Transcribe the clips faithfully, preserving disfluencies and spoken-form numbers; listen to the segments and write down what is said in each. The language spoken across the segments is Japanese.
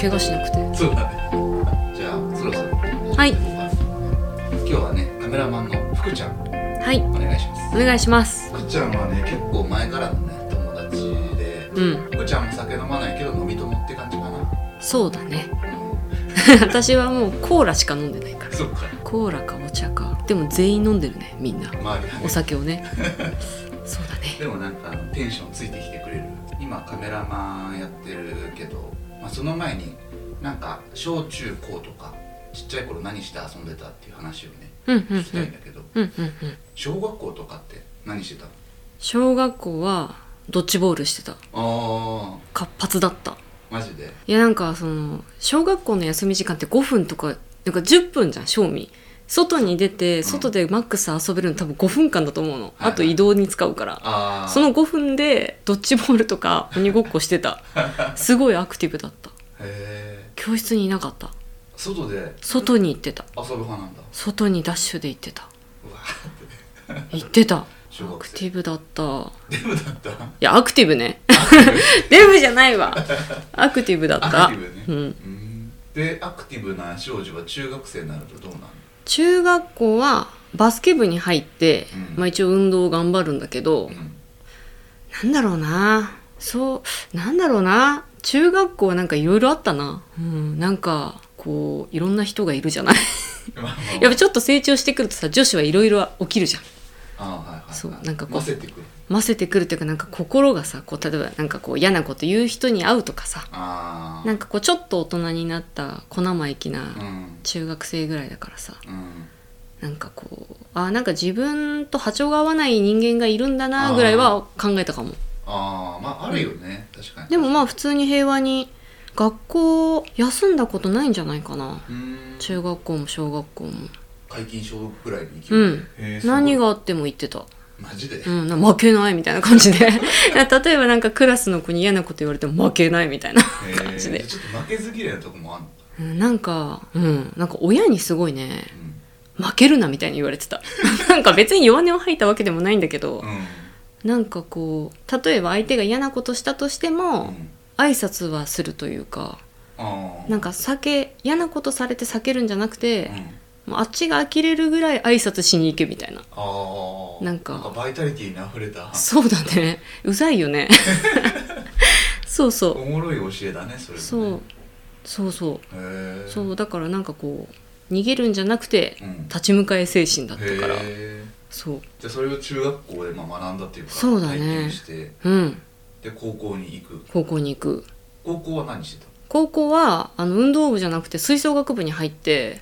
怪我しなくて。 そうだね。じゃあそろそろはい、 今日はねカメラマンの福ちゃん、 はい、 お願いします。 お願いします。 福ちゃんはね結構前からのね友達で、 うん、 福ちゃんも酒飲まないけど飲み友って感じかな。 そうだね。私はもうコーラしか飲んでないから。 そっか。 コーラかお茶か。でも全員飲んでるね、みんな。 周りはね、 お酒をね。そうだね。 でもなんかテンションついてきてくれる。今カメラマンやってるけど、まあ、その前になんか小中高とかちっちゃい頃何して遊んでたっていう話をね、 うんうんうん、 聞きたいんだけど、 うんうんうん、 小学校とかって何してたの？ 小学校はドッジボールしてた。 あ活発だった。 マジで？ いやなんかその小学校の休み時間ってごふんとかなんかじゅっぷんじゃん、正味。外に出て外でマックス遊べるの多分ごふんかんだと思うの、うん、あと移動に使うから、はいはい、そのごふんでドッジボールとか鬼ごっこしてた。すごいアクティブだった。へー。教室にいなかった。 外で外に行ってた。 遊ぶ派なんだ。 外にダッシュで行ってた。 うわ行ってた。アクティブだった。 デブだった？いやアクティブね。デブじゃないわ。アクティブだった。 アクティブね、うん、うんでアクティブな少女は中学生になるとどうなるの？中学校はバスケ部に入って、 うん、 まあ一応運動を頑張るんだけど、 うん、 なんだろうなそうなんだろうな中学校はなんかいろいろあったな、うん、なんかこういろんな人がいるじゃない。やっぱちょっと成長してくるとさ女子はいろいろ起きるじゃん。 あ、はいはいはい、 そうなんかこう混ぜてくる混ぜてくるっていうかなんか心がさこう例えばなんかこう嫌なこと言う人に会うとかさ、 あなんかこうちょっと大人になった小生意気な中学生ぐらいだからさ、うん、なんかこうあなんか自分と波長が合わない人間がいるんだなぐらいは考えたかも。 ああまああるよね、うん、確かに。 でもまあ普通に平和に学校休んだことないんじゃないかな。中学校も小学校も皆勤賞ぐらいに行き、 うん、何があっても行ってた。 マジで？ うん、負けないみたいな感じで例えばなんかクラスの子に嫌なこと言われても負けないみたいな感じで。 ちょっと負けず嫌いなとこもあんの？ うん、なんか、うん、なんか親にすごいね、うん、負けるなみたいに言われてた。なんか別に弱音を吐いたわけでもないんだけど、うん、なんかこう例えば相手が嫌なことしたとしても、うん、挨拶はするというか、なんか避け嫌なことされて避けるんじゃなくて、うんもうあっちが呆れるぐらい挨拶しに行けみたいな。 あなんかなんかバイタリティにあふれた。 そうだね。うざいよね。そうそう。 おもろい教えだねそれね。 そうそうそう。 へそうだからなんかこう逃げるんじゃなくて、うん、立ち向かえ精神だったから。へそうじゃあそれを中学校でまあ学んだっていうかそうだね。 体験して、 うん、 で高校に行く。 高校に行く。 高校は何してた？ 高校はあの運動部じゃなくて吹奏楽部に入って。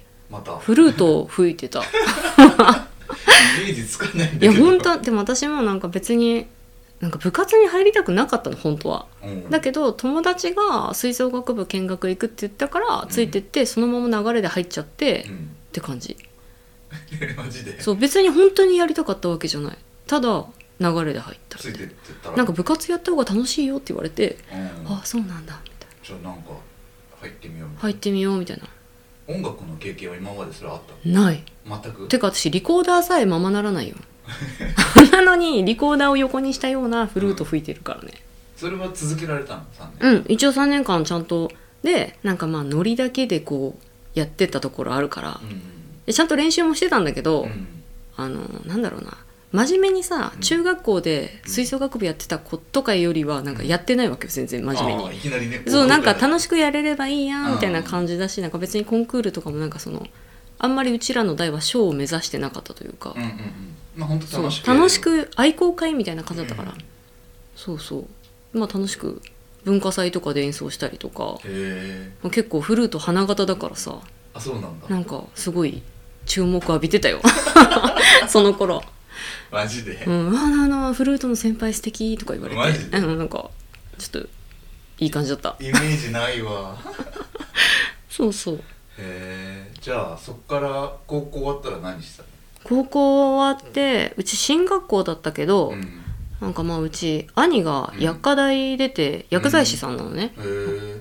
またフルートを吹いてた。イメージつかないんだけど。 いや本当でも私もなんか別になんか部活に入りたくなかったの本当は、うん、だけど友達が吹奏楽部見学行くって言ったからついてって、うん、そのまま流れで入っちゃって、うん、って感じ。 マジで？ そう別に本当にやりたかったわけじゃない。ただ流れで入った。 ついてってったらなんか部活やった方が楽しいよって言われて、うん、あそうなんだみたいな。 じゃあなんか入ってみようみたいな。 入ってみようみたいな。 音楽の経験は今までそれあった？ ない全く。 てか私リコーダーさえままならないよ。なのにリコーダーを横にしたようなフルート吹いてるからね、うん、 それは続けられたの？さんねん。 うん一応さんねんかんちゃんとでなんかまあノリだけでこうやってたところあるから、うん、でちゃんと練習もしてたんだけど、うん、あのなんだろうな真面目にさ、うん、中学校で吹奏楽部やってた子とかよりはなんかやってないわけよ全然真面目に。 あいきなりね。 そうなんか楽しくやれればいいやみたいな感じだしなんか別にコンクールとかもなんかそのあんまりうちらの代は賞を目指してなかったというか、 うんうんうん、まあ本当楽しく楽しく愛好会みたいな感じだったから、うん、そうそうまあ楽しく文化祭とかで演奏したりとか。へー、まあ、結構フルート花形だからさ。 あそうなんだ。 なんかすごい注目浴びてたよその頃。 マジで、 うん、あのフルートの先輩素敵とか言われてマジで、 うん、なんかちょっといい感じだった。 イメージないわそうそう。 へえ。じゃあそっから高校終わったら何したの？ 高校終わってうち進学校だったけど、うん、なんかまあうち兄が薬科大出て、うん、薬剤師さんなのね、うん、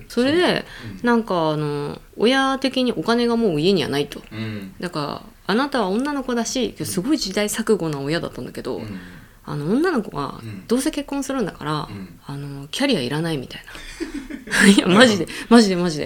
それで、うん、なんかあの親的にお金がもう家にはないと、うん、だからあなたは女の子だしすごい時代錯誤な親だったんだけど、うん、あの女の子はどうせ結婚するんだから、うん、あのキャリアいらないみたいな。いやマジでマジでマジで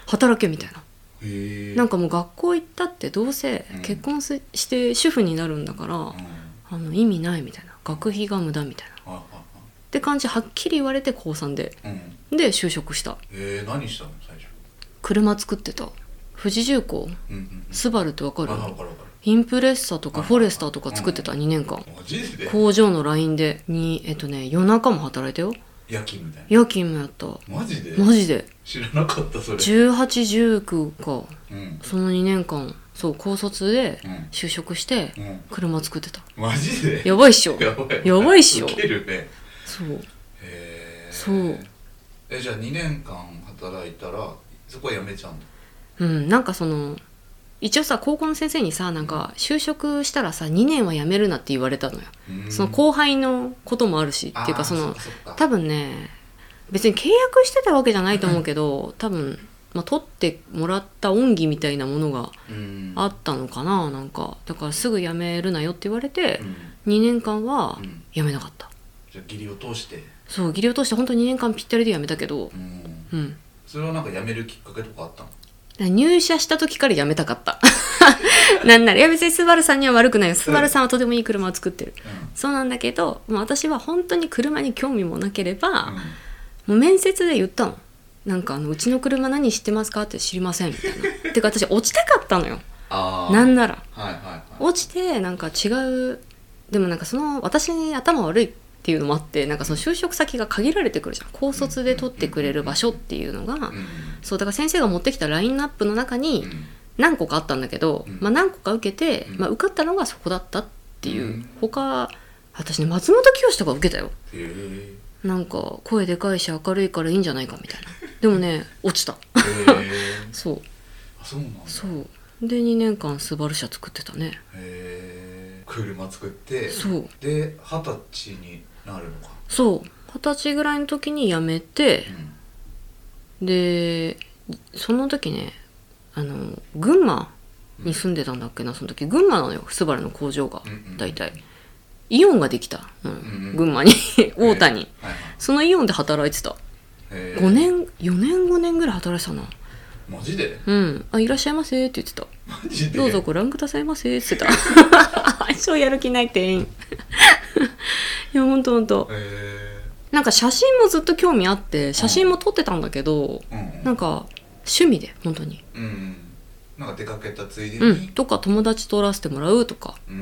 働けみたいな。 へなんかもう学校行ったってどうせ結婚すして主婦になるんだから、うん、あの意味ないみたいな、学費が無駄みたいな、うん、って感じはっきり言われて高さんで、うん、で就職した。 えー、何したの最初？ 車作ってた。富士重工、うんうんうん、スバルってわかる？ あ、わかるわかる。 インプレッサとかフォレスターとか作ってた、にねんかん。 マジで？ 工場のラインでにえっとね夜中も働いたよ。 夜勤みたいな。 夜勤もやった。 マジで？ マジで知らなかったそれ。 じゅうはち、じゅうきゅうか、 うん、 そのにねんかん、そう高卒で就職して車作ってた、 うん、マジで？ やばいっしょ。 やばいやばいっしょ。 ウケるね。 そうへー。 そうえ、じゃあにねんかん働いたらそこは辞めちゃうんだ？ うん、なんかその一応さ高校の先生にさなんか就職したらさにねんは辞めるなって言われたのよ。その後輩のこともあるしっていうか、その多分ね別に契約してたわけじゃないと思うけど多分、まあ、取ってもらった恩義みたいなものがあったのかな。なんかだからすぐ辞めるなよって言われて、うん、にねんかんは辞めなかった、うん、 じゃあ義理を通して。 そう義理を通して本当ににねんかんぴったりで辞めたけど、うん、 うん、それはなんか辞めるきっかけとかあったの？ 入社した時から辞めたかったなんならいや別にスバルさんには悪くないよ。スバルさんはとてもいい車を作ってる、うん、そうなんだけどもう私は本当に車に興味もなければ、うん、もう面接で言ったの。なんかあのうちの車何知ってますかって知りませんみたいなてか私落ちたかったのよ。 あなんなら、 はいはいはい、 落ちてなんか違う、でもなんかその私に頭悪いっていうのもあって、なんかその就職先が限られてくるじゃん。高卒で取ってくれる場所っていうのが、うん、そうだから先生が持ってきたラインナップの中に何個かあったんだけど、うん、まあ、何個か受けて、まあ、受かったのがそこだったっていう、うん、他私ね松本清とか受けたよ。なんか声でかいし明るいからいいんじゃないかみたいな。でもね落ちたそうあ、そうなんだ。 そうでにねんかんスバル車作ってたね。 へー、車作って、 そうで二十歳になるのか。 そう二十歳ぐらいの時に辞めて、うん、でその時ねあの群馬に住んでたんだっけな。その時群馬なのよスバルの工場が、うんうん、大体イオンができた、うんうんうん、群馬に大田に、はいはい、そのイオンで働いてた。ごねんよねんごねんぐらい働いてたな。 マジで？ うん。あ、いらっしゃいませって言ってた。 マジで？ どうぞご覧くださいませって言ってたそうやる気ないってんいやほんとほんと。なんか写真もずっと興味あって写真も撮ってたんだけど、うん、なんか趣味で本当に、 うん、なんか出かけたついでに、 うん、とか友達と撮らせてもらうとか、 うん、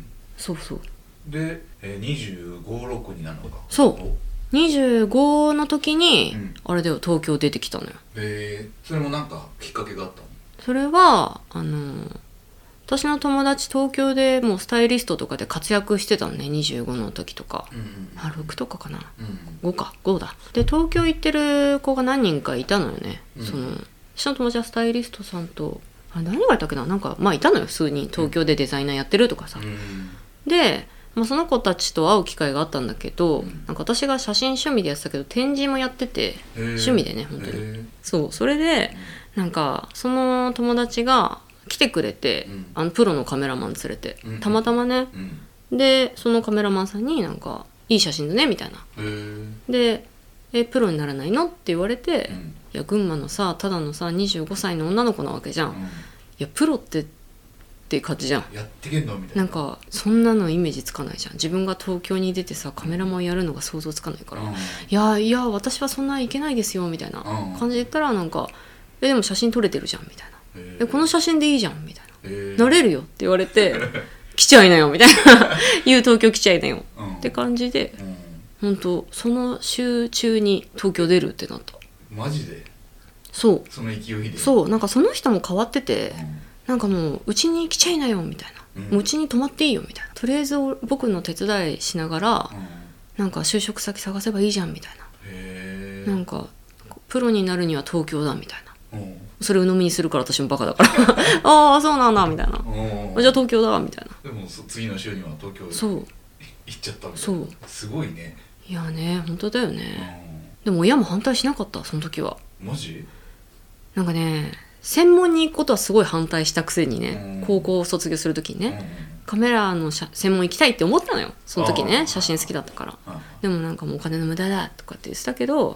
そうそうで、えー、にじゅうご、ろくになるのか。 そうにじゅうごの時に、うん、あれだよ東京出てきたのよ。 へえ。それもなんかきっかけがあったの？ それはあの私の友達東京でもうスタイリストとかで活躍してたのね。にじゅうごの時とか、うんうん、あろくとかかな、うんうん、ごかごだ。で東京行ってる子が何人かいたのよね、うん、その私の友達はスタイリストさんとあ何がいたっけな、なんかまあいたのよ数人。東京でデザイナーやってるとかさ、うん、で、まあ、その子たちと会う機会があったんだけど、うん、なんか私が写真趣味でやってたけど展示もやってて趣味でね本当に。そうそれでなんかその友達が来てくれて、うん、あのプロのカメラマン連れて、うん、たまたまね、うん、でそのカメラマンさんになんかいい写真だねみたいな。でえプロにならないのって言われて、うん、いや群馬のさただのさにじゅうごさいの女の子なわけじゃん、うん、いやプロってって感じじゃん。 やってけんのみたいな。 なんかそんなのイメージつかないじゃん。自分が東京に出てさカメラマンやるのが想像つかないから、うん、いやいや私はそんないけないですよみたいな感じで言ったらなんかえでも写真撮れてるじゃんみたいな。えこの写真でいいじゃんみたいな、えー、なれるよって言われて来ちゃいなよみたいな言う東京来ちゃいなよ、うん、って感じで、うん、ほんとその週中に東京出るってなった。 マジで？ そうその勢いで。そうなんかその人も変わってて、うん、なんかもううちに来ちゃいなよみたいな、うん、もううちに泊まっていいよみたいな。とりあえず僕の手伝いしながら、うん、なんか就職先探せばいいじゃんみたいな。へー。なんかプロになるには東京だみたいな、うん、それ鵜呑みにするから私もバカだからああそうなんだみたいな、じゃあ東京だみたいな。 でも次の週には東京そう行っちゃったみたいな。 そうすごいね。 いやね本当だよね、うん、でも親も反対しなかったその時は。 マジ？ なんかね専門に行くことはすごい反対したくせにね、うん、高校を卒業する時にね、うん、カメラの専門行きたいって思ったのよその時ね。写真好きだったから。でもなんかもうお金の無駄だとかって言ってたけど、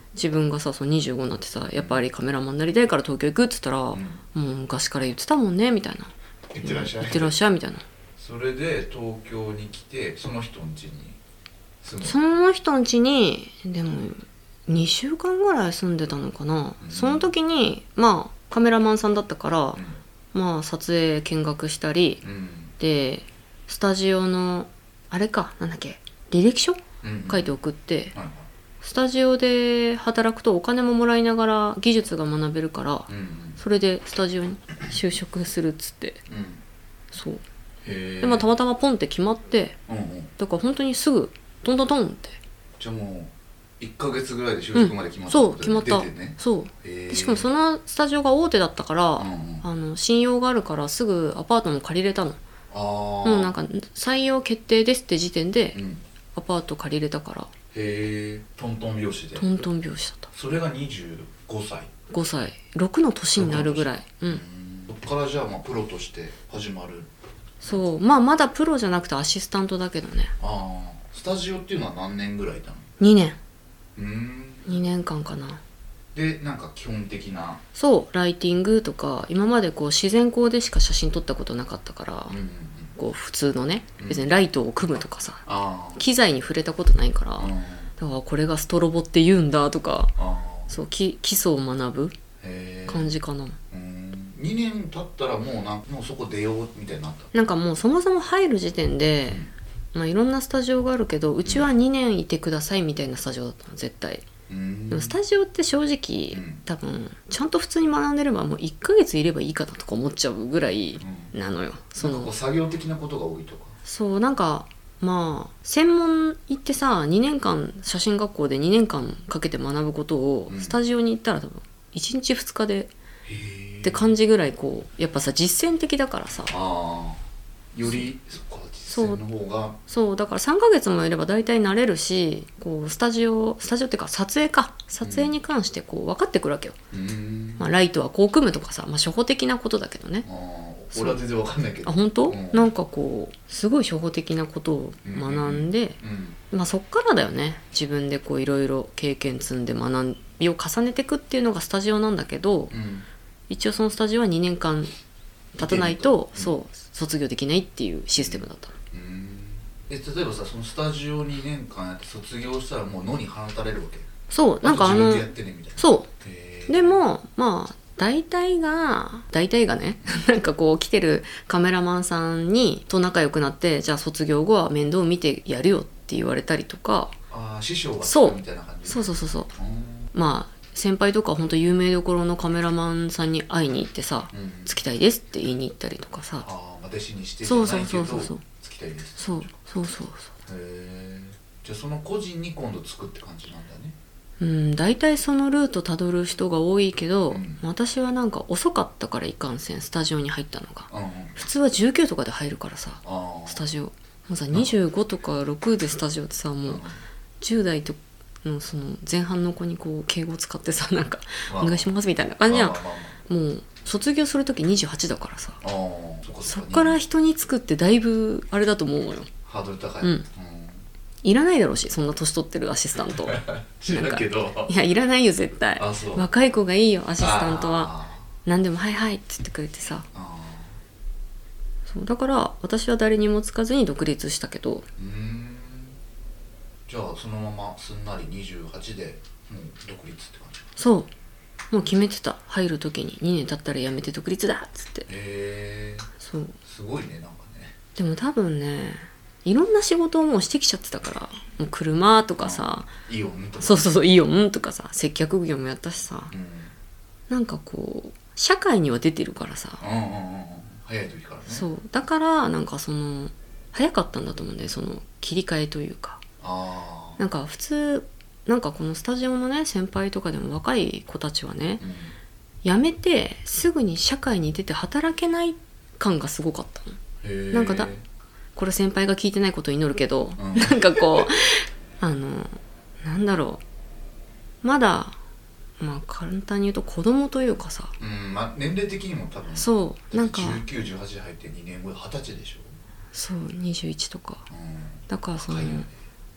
自分がさそのにじゅうごになってさやっぱりカメラマンになりたいから東京行くっつったら、うん、もう昔から言ってたもんねみたいな。 行ってらっしゃい、 行ってらっしゃいみたいな。 それで東京に来てその人の家に住む。 その人の家にでもにしゅうかんぐらい住んでたのかな、うん、その時にまあカメラマンさんだったから、うん、まあ撮影見学したり、うん、でスタジオのあれかなんだっけ履歴書、うん、書いて送って、うん、スタジオで働くとお金ももらいながら技術が学べるから、うん、それでスタジオに就職するっつって、うん、そうで、まあ、たまたまポンって決まって、うんうん、だから本当にすぐトントントンって。 じゃあもういっかげつぐらいで就職まで決まった、 うん、そう決まった、ね、そうしかもそのスタジオが大手だったから、うんうん、あの信用があるからすぐアパートも借りれたの。あもうなんか採用決定ですって時点で、うん、アパート借りれたから。 へえトントン拍子でトントン拍子だった。 それがにじゅうごさいごさいろくの年になるぐらい。うん、 そっからじゃあまあプロとして始まる。 そうまあまだプロじゃなくてアシスタントだけどね。 ああスタジオっていうのは何年ぐらいだの？ にねん。 うーんにねんかんかな。 でなんか基本的なそうライティングとか今までこう自然光でしか写真撮ったことなかったから、うんうんうん、こう普通のね別にライトを組むとかさ、うん、機材に触れたことないから、うん、だからこれがストロボって言うんだとか、うん、そう基礎を学ぶ感じかな。 うんにねん経ったらもうなんもうそこ出ようみたいになった。 なんかもうそもそも入る時点で、うんまあ、いろんなスタジオがあるけどうちはにねんいてくださいみたいなスタジオだったの絶対。でもスタジオって正直、うん、多分ちゃんと普通に学んでればもういっかげついればいいかなとか思っちゃうぐらいなのよ、うん、 そのなんかこう作業的なことが多いとか。 そうなんかまあ専門行ってさにねんかん写真学校でにねんかんかけて学ぶことをスタジオに行ったら多分いちにちふつかでって感じぐらいこうやっぱさ実践的だからさ。 あよりそっか実践の方がそうだからさんかげつもいれば大体慣れるしこうスタジオスタジオっていうか撮影か撮影に関してこう分かってくるわけよ、うんまあ、ライトはこう組むとかさ、まあ、初歩的なことだけどね。 あ俺は全然分かんないけど。 あ本当、うん、なんかこうすごい初歩的なことを学んで、うんうんうん、まあそっからだよね自分でこういろいろ経験積んで学びを重ねていくっていうのがスタジオなんだけど、うん、一応そのスタジオはにねんかん経たないと、うん、そう卒業できないっていうシステムだったの。 うんえ例えばさそのスタジオにねんかんやって卒業したらもう野に放たれるわけ？ そうなんかあの自分でやってねみたいな。 そうでもまあ大体が大体がねなんかこう来てるカメラマンさんにと仲良くなってじゃあ卒業後は面倒見てやるよって言われたりとか。 ああ師匠が来たみたいな感じ。 そうそうそうそうまあ先輩とか本当有名どころのカメラマンさんに会いに行ってさ、うん、つきたいですって言いに行ったりとかさ。 ああ弟子にしてじゃないけどそうそうそうそうつきたいです。 そうそうそうそう。へえじゃあその個人に今度つくって感じなんだね。 うん大体そのルートたどる人が多いけど、うん、私はなんか遅かったからいかんせんスタジオに入ったのが、うんうん、普通はじゅうきゅうとかで入るからさスタジオもうさにじゅうごとかろくでスタジオってさもうじゅう代とのその前半の子にこう敬語を使ってさなんかお願いしますみたいな感じじゃん。もう卒業する時にじゅうはちだからさあそこそっから人につくってだいぶあれだと思うのよ。 ハードル高い、 うんうん、いらないだろうしそんな年取ってるアシスタント知らんけどいやいらないよ絶対。若い子がいいよアシスタントは。何でもはいはいって言ってくれてさそうだから私は誰にもつかずに独立したけど。うーんじゃあそのまますんなりにじゅうはちでもう独立って感じ？ そうもう決めてた入る時ににねん経ったら辞めて独立だっつって。へえそうすごいねなんかね。 でも多分ねいろんな仕事をもうしてきちゃってたからもう車とかさイオンとかそうそうそうイオンとかさ接客業もやったしさ、うん、なんかこう社会には出てるからさ、 うんうんうん、早い時からね。 そうだからなんかその早かったんだと思うんだよその切り替えというか。 あなんか普通なんかこのスタジオのね先輩とかでも若い子たちはね、うん、辞めてすぐに社会に出て働けない感がすごかったの。へなんかだこれ先輩が聞いてないことを祈るけど、うん、なんかこうあのなんだろうまだまあ簡単に言うと子供というかさ、 うんまあ、年齢的にも多分そうなんかじゅうきゅう、じゅうはちで入ってにねんごではたちでしょ。 そうにじゅういちとか、うん、だからその、ね、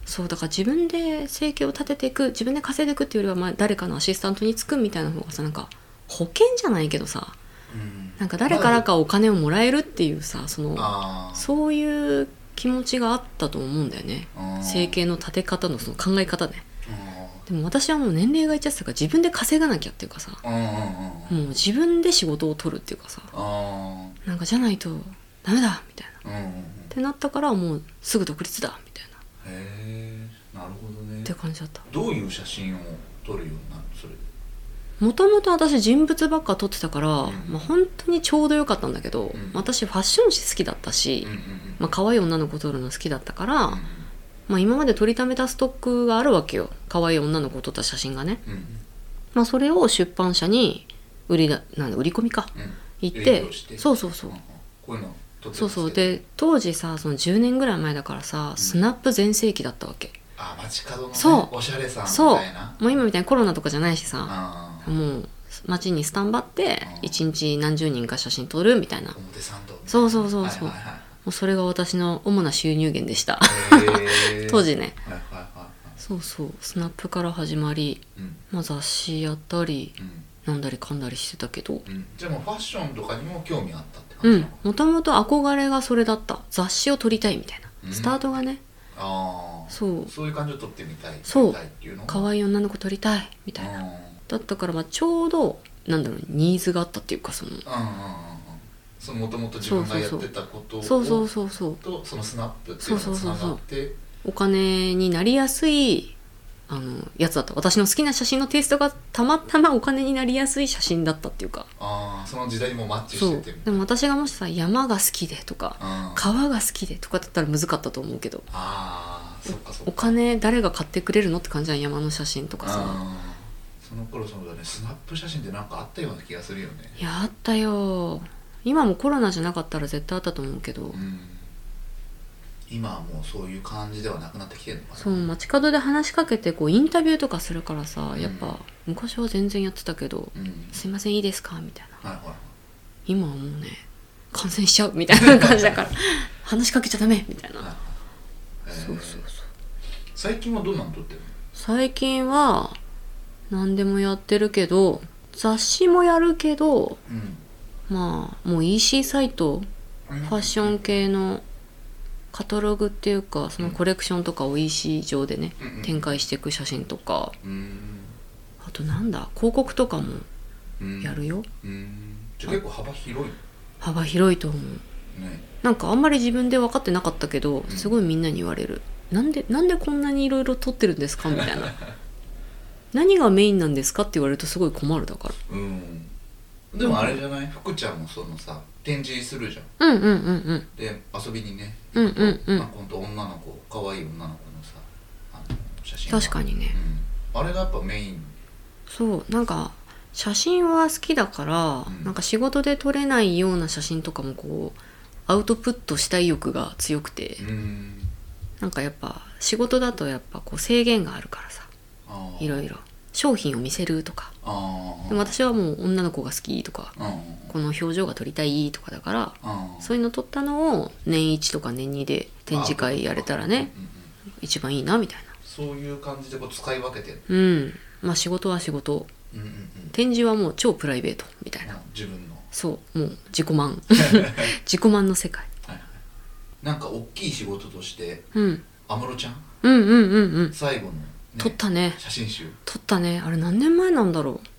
そうだから自分で生計を立てていく、自分で稼いでいくっていうよりは、まあ誰かのアシスタントにつくみたいな方がさ、なんか保険じゃないけどさ、 うん、 なんか誰からかお金をもらえるっていうさ、そのあそういう気持ちがあったと思うんだよね。生計の立て方のその考え方ね。でも私はもう年齢がいっちゃってたから、自分で稼がなきゃっていうかさ、 うんうんうん、 もう自分で仕事を取るっていうかさ、 あなんかじゃないとダメだみたいな、 うんうんうん、 ってなったから、もうすぐ独立だみたいな。 へえ、なるほどね。 って感じだった。 どういう写真を撮るようになるのそれで。 もともと私人物ばっか撮ってたから、 うんまあ、本当にちょうどよかったんだけど、 うん、 私ファッション誌好きだったし、 うんうんうん、 まあ可愛い女の子撮るの好きだったから、 うんうん、 まあ、今まで撮りためたストックがあるわけよ、可愛い女の子を撮った写真がね、 うんうん、 まあ、それを出版社に売りだなんだ売り込みか、うん、行って、そうそうそう、うんうん、 こういうの撮ってそうそうで、当時さ、そのじゅうねんぐらい前だからさ、うん、スナップ全盛期だったわけ。 あ、街角の、ね、 そうおしゃれさんみそうたいな。 もう今みたいにコロナとかじゃないしさ、もう街にスタンバって一日何十人か写真撮るみたいな。 表参道みたいな。 そうそうそうそう、はいはいはい、もうそれが私の主な収入源でした当時ね、はいはいはいはい、そうそう、スナップから始まり、うん、まあ、雑誌やったり、うん、なんだりかんだりしてたけど、 うん、じゃあもうファッションとかにも興味あったって感じなの？ うん、もともと憧れがそれだった。雑誌を撮りたいみたいな、うん、スタートがね、 あ、 そうそういう感じを撮ってみたい、 そうっていうの、 可愛い女の子撮りたいみたいな、だったから、まあちょうどなんだろう、ニーズがあったっていうか、その、うんうんうん、 そのもともと自分がやってたことをそうそうそうそうとそのスナップっていうのがつながって、 お金になりやすいあのやつだった。私の好きな写真のテイストがたまたまお金になりやすい写真だったっていうか、 あ、その時代にもマッチしてて。 そうでも私がもしさ、山が好きでとか、うん、川が好きでとかだったら難かったと思うけど、 あ、そっかそっか、 お金誰が買ってくれるのって感じじゃん、山の写真とかさ。 その頃そうだね、スナップ写真ってなんかあったような気がするよね。 いや、あったよ。今もコロナじゃなかったら絶対あったと思うけど、うん、 今はもうそういう感じではなくなってきてるのかな。 そう、街角で話しかけてこうインタビューとかするからさ、やっぱ昔は全然やってたけど、うん、すいませんいいですかみたいな、はいはいはい、今はもうね、感染しちゃうみたいな感じだから話しかけちゃダメみたいな、はいはい、そうそうそう。 最近はどんなの撮ってるの？ 最近は何でもやってるけど、雑誌もやるけど、うん、まあもう イーシー サイト、ファッション系のカタログっていうか、そのコレクションとかを イーシー 上でね、うん、展開していく写真とか、うん、あとなんだ、広告とかもやるよ、 うんうん、じゃあ結構幅広い？ 幅広いと思う、ね、なんかあんまり自分で分かってなかったけど、すごいみんなに言われる、うん、なんでなんでこんなにいろいろ撮ってるんですかみたいな何がメインなんですかって言われるとすごい困る。だから、 うん、でもあれじゃない、福ちゃんもそのさ、展示するじゃん。 うんうんうんうん。 で遊びにね、 うんうんうん、 まあ、今度女の子、可愛い女の子のさ、あの写真。 確かにね、 うん、あれがやっぱメイン。 そう、なんか写真は好きだから、うん、なんか仕事で撮れないような写真とかもこうアウトプットしたい欲が強くて、うん、なんかやっぱ仕事だとやっぱこう制限があるからさ、いろいろ商品を見せるとか、あ、でも私はもう女の子が好きとか、この表情が撮りたいとかだから、そういうの撮ったのを年いちとか年にで展示会やれたらね、うんうん、一番いいなみたいな。 そういう感じでこう使い分けてる。 うん、まあ仕事は仕事、うんうんうん、展示はもう超プライベートみたいな、 自分の、そうもう自己満自己満の世界、はいはい、 なんか大きい仕事として安室、うん、ちゃん、 うんうんうんうん、 最後の、ね、 撮ったね、 写真集撮ったね。あれ何年前なんだろう。